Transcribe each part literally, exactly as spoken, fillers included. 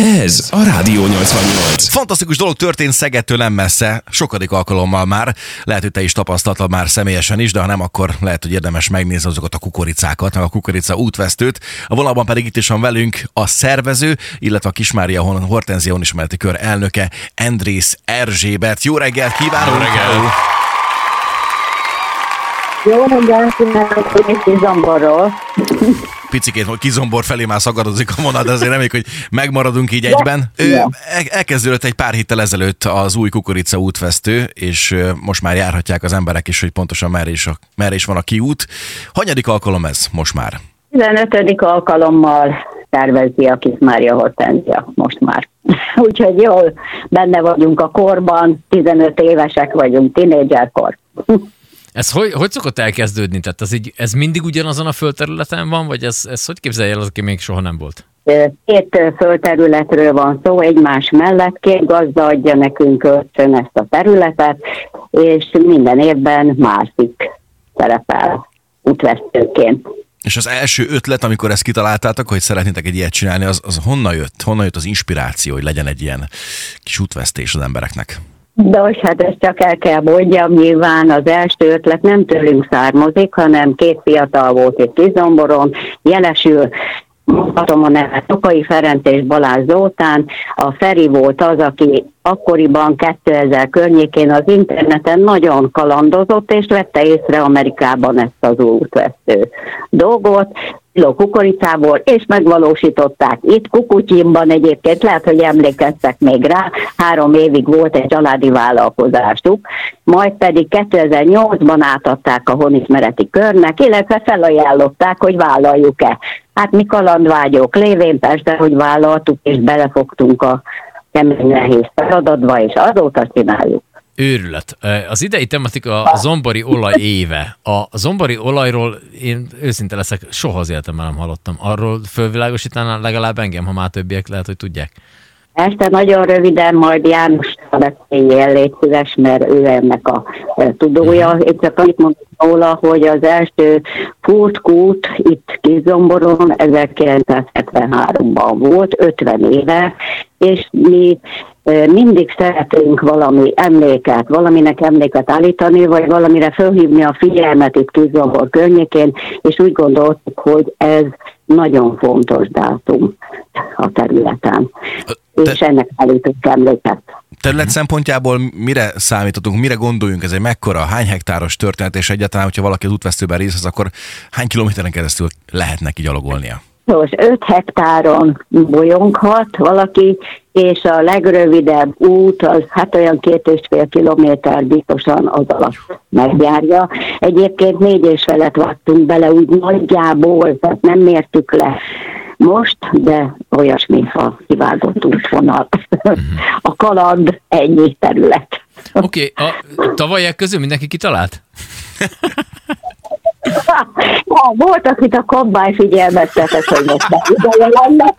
Ez a Rádió nyolcvannyolc. Fantasztikus dolog történt Szegedtől nem messze, sokadik alkalommal már. Lehet, hogy te is tapasztaltad már személyesen is, de ha nem, akkor lehet, hogy érdemes megnézni azokat a kukoricákat, meg a kukorica útvesztőt. A vonalban pedig itt is van velünk a szervező, illetve a Kismária Hortenzia Önismereti Kör elnöke, Endrész Erzsébet. Jó reggelt kívánok! Jó reggelt! Jó reggelt kívánok, Kizomborról. Picikét, hogy Kizombor felé már szagadozik a vonat, de azért reméljük, hogy megmaradunk így egyben. Ja. Elkezdődött egy pár héttel ezelőtt az új kukorica útvesztő, és most már járhatják az emberek is, hogy pontosan merre is, a, merre is van a kiút. Hanyadik alkalom ez most már? tizenötödik alkalommal tervezi a Kismária Hortenzia most már. Úgyhogy jól benne vagyunk a korban, tizenöt évesek vagyunk, tínédzserkor. Ez hogy, hogy szokott elkezdődni? Tehát ez, így, ez mindig ugyanazon a földterületen van, vagy ez, ez hogy képzelje el az, aki még soha nem volt? Két földterületről van szó, egymás mellett, két gazda adja nekünk kölcsön ezt a területet, és minden évben másik szerepel útvesztőként. És az első ötlet, amikor ezt kitaláltátok, hogy szeretnétek egy ilyet csinálni, az, az honnan jött? Honnan jött az inspiráció, hogy legyen egy ilyen kis útvesztés az embereknek? De hát ezt csak el kell mondjam, nyilván az első ötlet nem tőlünk származik, hanem két fiatal volt itt Kizomboron, jelesül, mondhatom a nevet, Tokai Ferenc és Balázs Zoltán. A Feri volt az, aki akkoriban kétezer környékén az interneten nagyon kalandozott, és vette észre Amerikában ezt az útvesztő dolgot, kiló kukoricából, és megvalósították itt Kukutyinban egyébként, lehet, hogy emlékeztek még rá, három évig volt egy családi vállalkozásuk, majd pedig kétezer-nyolcban átadták a Honismereti Körnek, illetve felajánlották, hogy vállaljuk-e. Hát mi kalandvágyók lévén persze, hogy vállaltuk, és belefogtunk a kemény nehéz feladatba, és azóta csináljuk. Őrület. Az idei tematika a zombori olaj éve. A zombori olajról én őszinte leszek, soha az életemben nem hallottam. Arról fölvilágosítanál legalább engem, ha már többiek lehet, hogy tudják. Este nagyon röviden, majd János beszéljél, légy szíves, mert ő ennek a tudója. Én csak annyit mondom róla, hogy az első furtkút itt Kizomboron ezerkilencszázhetvenháromban volt, ötven éve, és mi mindig szeretünk valami emléket, valaminek emléket állítani, vagy valamire felhívni a figyelmet itt Kizombor környékén, és úgy gondoltuk, hogy ez nagyon fontos dátum a területen. Te, és ennek állítunk emléket. Terület szempontjából mire számítottunk, mire gondoljunk, ez egy mekkora, hány hektáros történet, és egyáltalán, hogyha valaki az útvesztőben részt vesz, akkor hány kilométeren keresztül lehet neki gyalogolnia? Most öt hektáron bolyonghat valaki, és a legrövidebb út az hát olyan két és fél kilométer biztosan az alatt megjárja. Egyébként négy és felett vágtunk bele úgy nagyjából, tehát nem mértük le most, de olyasmi a kivágott útvonal. A kaland ennyi terület. Oké, okay, a tavalyiak közül mindenki kitalált? Ja, volt, akit a kombány figyelmeztetett, hogy most már ideje lenne.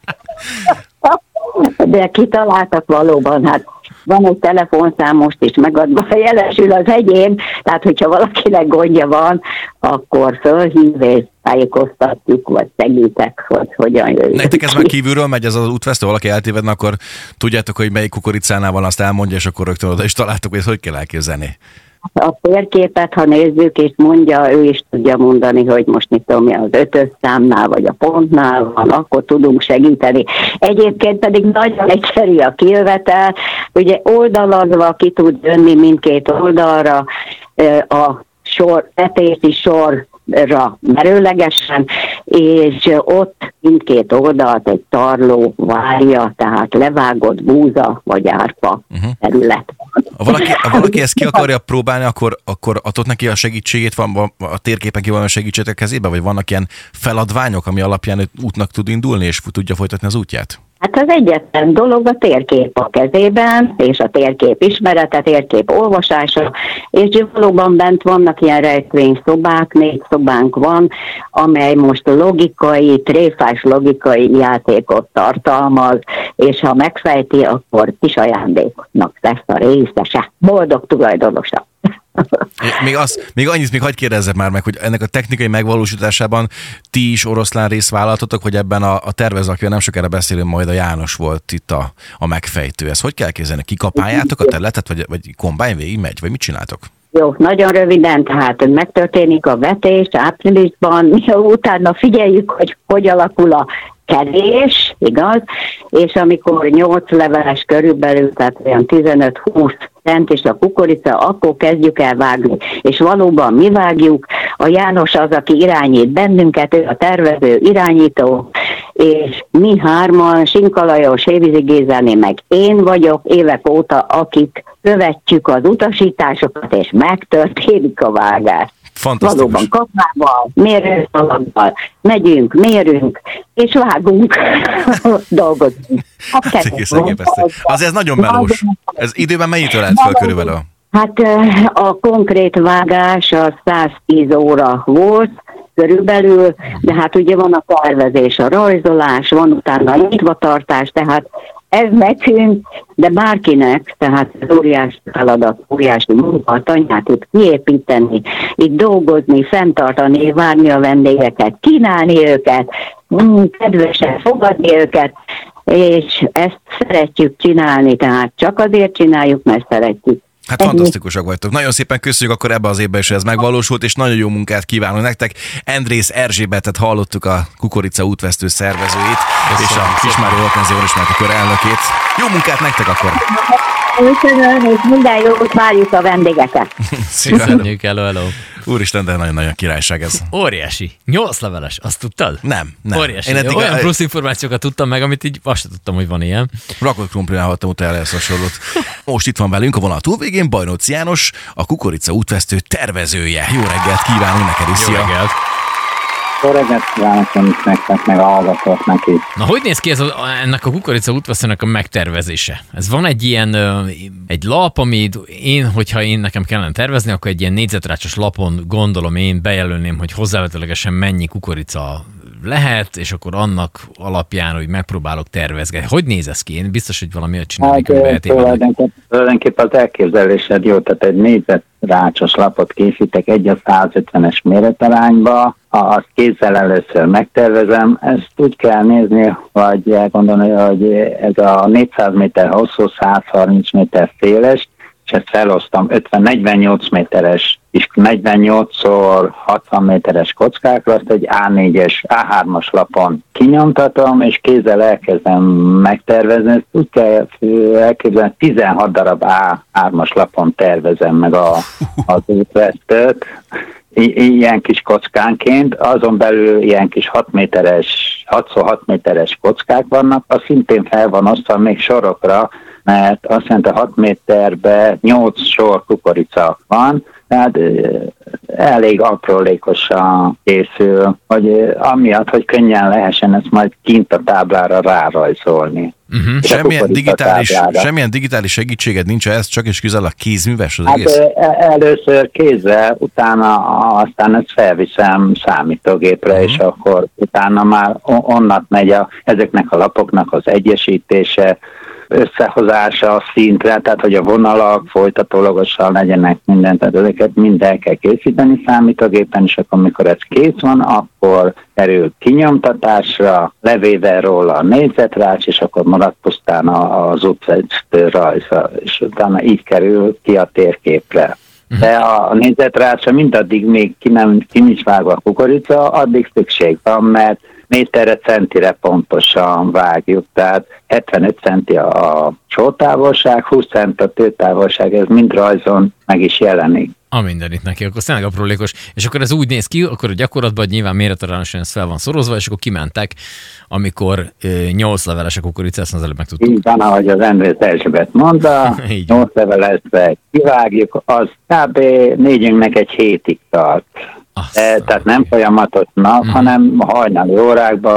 De kitaláltak valóban, hát van egy telefonszám most is megadva, jelesül az enyém, tehát hogyha valakinek gondja van, akkor fölhív és tájékoztatjuk, vagy segítek, hogy hogyan jöjjön. Nektek ez már kívülről megy, ez az útvesztő, valaki eltévedne, akkor tudjátok, hogy melyik kukoricánál van, azt elmondja, és akkor rögtön oda is találtok, hogy ezt hogy kell elképzelni. A térképet, ha nézzük, és mondja, ő is tudja mondani, hogy most mit tudom, az ötös számnál, vagy a pontnál van, akkor tudunk segíteni. Egyébként pedig nagyon egyszerű a kijövetel, ugye oldalazva ki tud jönni mindkét oldalra, a sor, tetési sorra merőlegesen, és ott mindkét oldalt egy tarló várja, tehát levágott búza vagy árpa uh-huh. terület. Ha valaki, ha valaki ezt ki akarja próbálni, akkor, akkor adott neki a segítségét, van a térképen ki van a segítségét a kezébe, vagy vannak ilyen feladványok, ami alapján útnak tud indulni, és tudja folytatni az útját? Hát az egyetlen dolog a térkép a kezében, és a térkép ismerete, térkép olvasása, és valóban bent vannak ilyen rejtvényszobák, négy szobánk van, amely most logikai, tréfás logikai játékot tartalmaz, és ha megfejti, akkor kis ajándéknak lesz a részese. Boldog tulajdonosa. Még, az, még annyit még hagyd kérdezzek már meg, hogy ennek a technikai megvalósításában ti is oroszlán részt vállaltatok, hogy ebben a, a tervező, akivel nem sokára beszélünk, majd a János volt itt a, a megfejtő. Ezt hogy kell képzelni? Kikapáljátok a területet, vagy, vagy kombány végig megy, vagy mit csináltok? Jó, nagyon röviden, tehát megtörténik a vetés áprilisban, utána figyeljük, hogy hogy alakul a kerés, igaz? És amikor nyolc leveles körülbelül, tehát olyan tizenöt-húsz centis a kukorica, akkor kezdjük el vágni. És valóban mi vágjuk, a János az, aki irányít bennünket, ő a tervező, irányító, és mi hárman, Sinka Lajos, Hévízi Gézáné, meg én vagyok évek óta, akik követjük az utasításokat, és megtörténik a vágás. Fantasztikus. Valóban kapával, mérőszalaggal megyünk, mérünk, és vágunk, dolgozunk. Hát egészen képesztő. Azért ez nagyon melós. Ez időben mennyitől lehet fel körülbelül? Hát a konkrét vágás az száztíz óra volt, körülbelül, de hát ugye van a tervezés, a rajzolás, van utána a nyitvatartás, tehát ez nekünk, de bárkinek, tehát ez óriási feladat, óriási munka, a tanyát itt kiépíteni, itt dolgozni, fenntartani, várni a vendégeket, kínálni őket, kedvesen fogadni őket, és ezt szeretjük csinálni, tehát csak azért csináljuk, mert szeretjük. Hát fantasztikusak vagytok. Nagyon szépen köszönjük, akkor ebbe az évben is ez megvalósult, és nagyon jó munkát kívánunk nektek. Endrész Erzsébetet hallottuk, a Kukorica útvesztő szervezőit, és a Kismári Hortensia Orismerti kör elnökét. Jó munkát nektek akkor! Köszönöm, és minden jót, várjuk a vendégeket. Köszönjük, hello, hello. Úristen, de nagyon-nagyon királyság ez. Óriási. Nyolc leveles, azt tudtad? Nem, nem. Óriási. Én eddig olyan a... plusz információkat tudtam meg, amit így azt sem tudtam, hogy van ilyen. Rakott krumplinál hallottam utána ezt hasonlót. Most itt van velünk a vonal túlvégén Bajnóci János, a Kukorica útvesztő tervezője. Jó reggelt kívánunk neked is. Jó reggelt. Jó reggelt kívánok nektek, meg a hallgatóknak is. Na, hogy néz ki ez a, ennek a Kukorica útvesztőnek a megtervezése? Ez van egy ilyen, egy lap, amit én, hogyha én nekem kellene tervezni, akkor egy ilyen négyzetrácsos lapon gondolom én, bejelölném, hogy hozzávetőlegesen mennyi kukorica lehet, és akkor annak alapján, hogy megpróbálok tervezgetni. Hogy néz ez ki? Én biztos, hogy valami olyat csinálni, hát, tulajdonképpen, tulajdonképpen az elképzelésed jó, tehát egy négyzetrácsos lapot készítek egy a százötvenes méretarányba, azt kézzel először megtervezem, ezt úgy kell nézni, vagy elgondolni, hogy ez a négyszáz méter hosszú, száz harminc méter széles, és ezt felosztam ötven negyvennyolc méteres és negyvennyolcszor hatvan méteres kockákra, azt egy á négyes, á hármas lapon kinyomtatom, és kézzel elkezdem megtervezni. Ezt úgy kell elképzelni, tizenhat darab á hármas lapon tervezem meg a, az útvesztőt, ilyen kis kockánként, azon belül ilyen kis hat méteres, hat szor hat méteres kockák vannak, az szintén fel van osztva még sorokra, mert azt jelenti, hat méterben nyolc sor kukorica van, tehát elég aprólékosan készül, hogy amiatt, hogy könnyen lehessen ezt majd kint a táblára rárajzolni. Uh-huh. Semmilyen, digitális, semmilyen digitális segítséged nincs, ez csak és kizárólag kézműves az hát egész? Először kézzel, utána aztán ezt felviszem számítógépre, uh-huh. és akkor utána már onnan megy a, ezeknek a lapoknak az egyesítése, összehozása a szintre, tehát hogy a vonalak folytatólagosan legyenek mindent, tehát ezeket mind el kell készíteni számítógépen, és akkor amikor ez kész van, akkor kerül kinyomtatásra, levéve róla a négyzetrács, és akkor marad pusztán az útvesztő rajza, és utána így kerül ki a térképre. De a négyzetrácsra mindaddig még ki, nem, ki nincs vágva a kukorica, addig szükség van, mert méterre, centire pontosan vágjuk, tehát hetvenöt centi a csótávolság, húsz centi a tőtávolság, ez mind rajzon meg is jelenik. A mindenit neki, akkor tényleg aprólékos. És akkor ez úgy néz ki, akkor a gyakorlatban hogy nyilván méretarányosan ez fel van szorozva, és akkor kimentek, amikor nyolc leveles a kukorica, ezt az előbb megtudtuk. Így van, ahogy az Endrész Erzsébet mondta, nyolc levelesbe kivágjuk, az kb. Négyünknek egy hétig tart. E, tehát nem folyamatos nap, mm. hanem hajnali órákban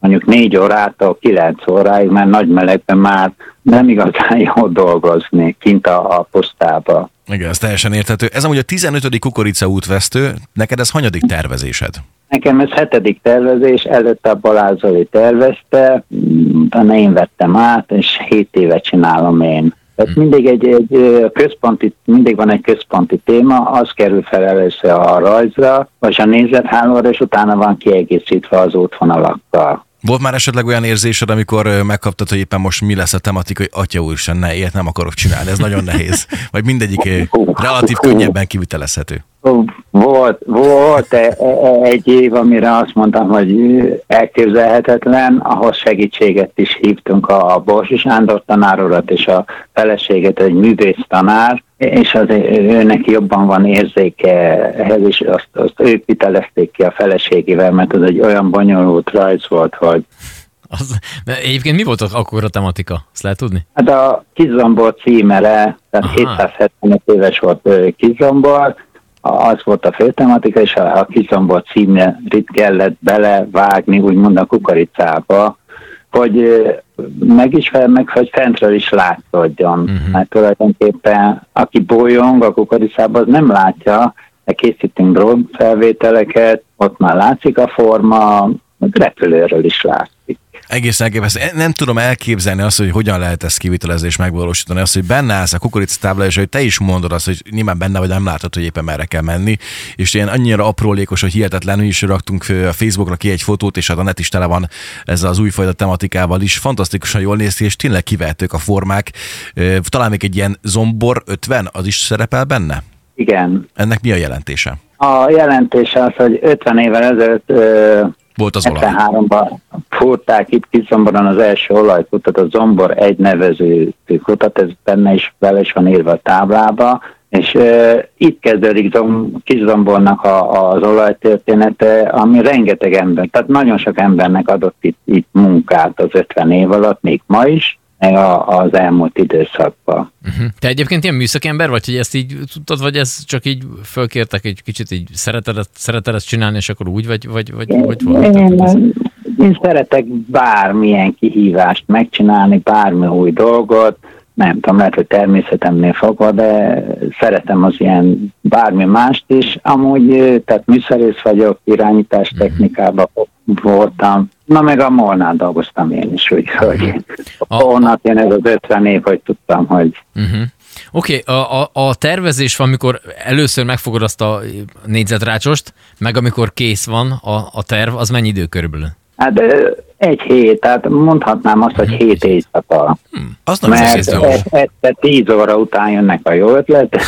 mondjuk négy órától kilenc óráig, mert nagy melegben már nem igazán jó dolgozni kint a, a posztába. Igen, ez teljesen érthető. Ez amúgy a tizenötödik Kukorica útvesztő, neked ez hanyadik tervezésed? Nekem ez hetedik tervezés, előtte a Balázs Zoli tervezte, utána én vettem át, és hét éve csinálom én. Tehát mindig egy, egy központi, mindig van egy központi téma, az kerül fel először a rajzra, vagy a nézethálóra, és utána van kiegészítve az útvonalakkal. Volt már esetleg olyan érzésed, amikor megkaptad, hogy éppen most mi lesz a tematika, hogy atya úristen, ne, ilyet nem akarok csinálni, ez nagyon nehéz. Vagy mindegyik relatív könnyebben kivitelezhető. Volt, volt egy év, amire azt mondtam, hogy elképzelhetetlen, ahhoz segítséget is hívtunk a Borsi Sándor tanárodat és a feleséget, egy művész tanár, és az őnek jobban van érzéke ehhez, és azt, azt ők vitelezték ki a feleségével, mert az egy olyan bonyolult rajz volt, hogy... Az, de egyébként mi volt akkor a tematika? Azt lehet tudni? Hát a Kizombor címere, tehát Aha. hétszázhetvenöt éves volt Kizombor, az volt a főtematika, és a, a Kizombor címét kellett belevágni, úgymond a kukoricába, hogy megismer meg, hogy fentről is látszódjon. Uh-huh. Mert tulajdonképpen aki bolyong a kukoricába, az nem látja, de készítünk drónfelvételeket, ott már látszik a forma, repülőről is látszik. Egészen elképesztő. Nem tudom elképzelni azt, hogy hogyan lehet ezt kivitelezni és megvalósítani. Azt, hogy benne állsz a kukoricatábla, és hogy te is mondod azt, hogy nyilván benne vagy, nem látod, hogy éppen merre kell menni. És ilyen annyira aprólékos, hogy hihetetlenül is raktunk a Facebookra ki egy fotót, és hát a net is tele van ezzel az újfajta tematikával is. Fantasztikusan jól néz ki, és tényleg kivehetők a formák. Talán még egy ilyen Zombor ötven, az is szerepel benne? Igen. Ennek mi a jelentése? A jelentése az, hogy ötven évvel ezelőtt volt az olaj. hetvenháromban fúrták itt Kizomboron az első olajkutat, a Zombor egy nevező kutat, ez benne is bele is van írva a táblába, és uh, itt kezdődik Kizombornak a, az olajtörténete, ami rengeteg ember, tehát nagyon sok embernek adott itt, itt munkát az ötven év alatt, még ma is, meg a, az elmúlt időszakban. Uh-huh. Te egyébként ilyen műszaki ember vagy, hogy ezt így tudtad, vagy ezt csak így fölkértek, egy kicsit így szereted, szereted ezt csinálni, és akkor úgy, vagy, vagy, vagy én, hogy volt? Én, én szeretek bármilyen kihívást megcsinálni, bármi új dolgot, nem tudom, lehet, hogy természetemnél fogva, de szeretem az ilyen bármi mást is. Amúgy, tehát műszerész vagyok, irányítás technikában voltam, na meg a Molnál dolgoztam én is, úgyhogy onnan jön ez az ötven év, hogy tudtam, hogy... Uh-huh. Oké, okay, a, a, a tervezés van, amikor először megfogod azt a négyzetrácsost, meg amikor kész van a, a terv, az mennyi idő körülbelül? Hát egy hét, tehát mondhatnám azt, hogy hét éjszaka. Hmm, az nem mert egyszer tíz óra után jönnek a jó ötletek,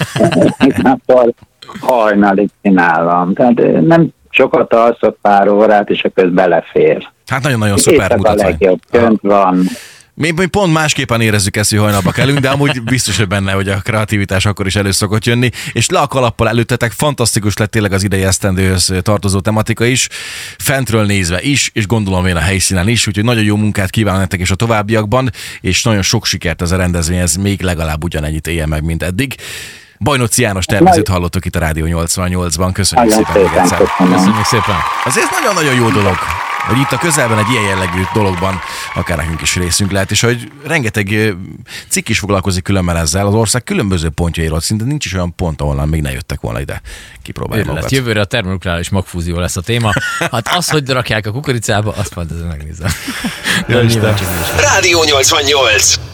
akkor hajnalig csinálom. Tehát nem sokat alszok pár órát, és akkor belefér. Hát nagyon-nagyon szuper mutatvány. A legjobb, könt van. Mi pont másképpen érezzük ezt, hogy hajnalba kelünk, de amúgy biztos, hogy benne, hogy a kreativitás akkor is elő szokott jönni, és le a kalappal előttetek, fantasztikus lett tényleg az idei esztendőhöz tartozó tematika is, fentről nézve is, és gondolom én a helyszínen is, úgyhogy nagyon jó munkát kívánok nektek és a továbbiakban, és nagyon sok sikert ez a rendezvényhez, még legalább ugyanennyit éljen meg, mint eddig. Bajnóci János tervezőt hallottok itt a Rádió nyolcvannyolcban, köszönjük nagyon szépen. szépen szépen köszönjük szépen. Azért nagyon-nagyon jó dolog, hogy itt a közelben egy ilyen jellegű dologban akár nekünk is részünk lehet, és hogy rengeteg cikk is foglalkozik különben ezzel, az ország különböző pontjairól, szinte nincs is olyan pont, ahol még ne jöttek volna ide kipróbálni magukat. Jövőre a termonukleáris magfúzió lesz a téma. Hát az, hogy rakják a kukoricába, azt majd ezzel megnézem. Rádió nyolcvannyolc.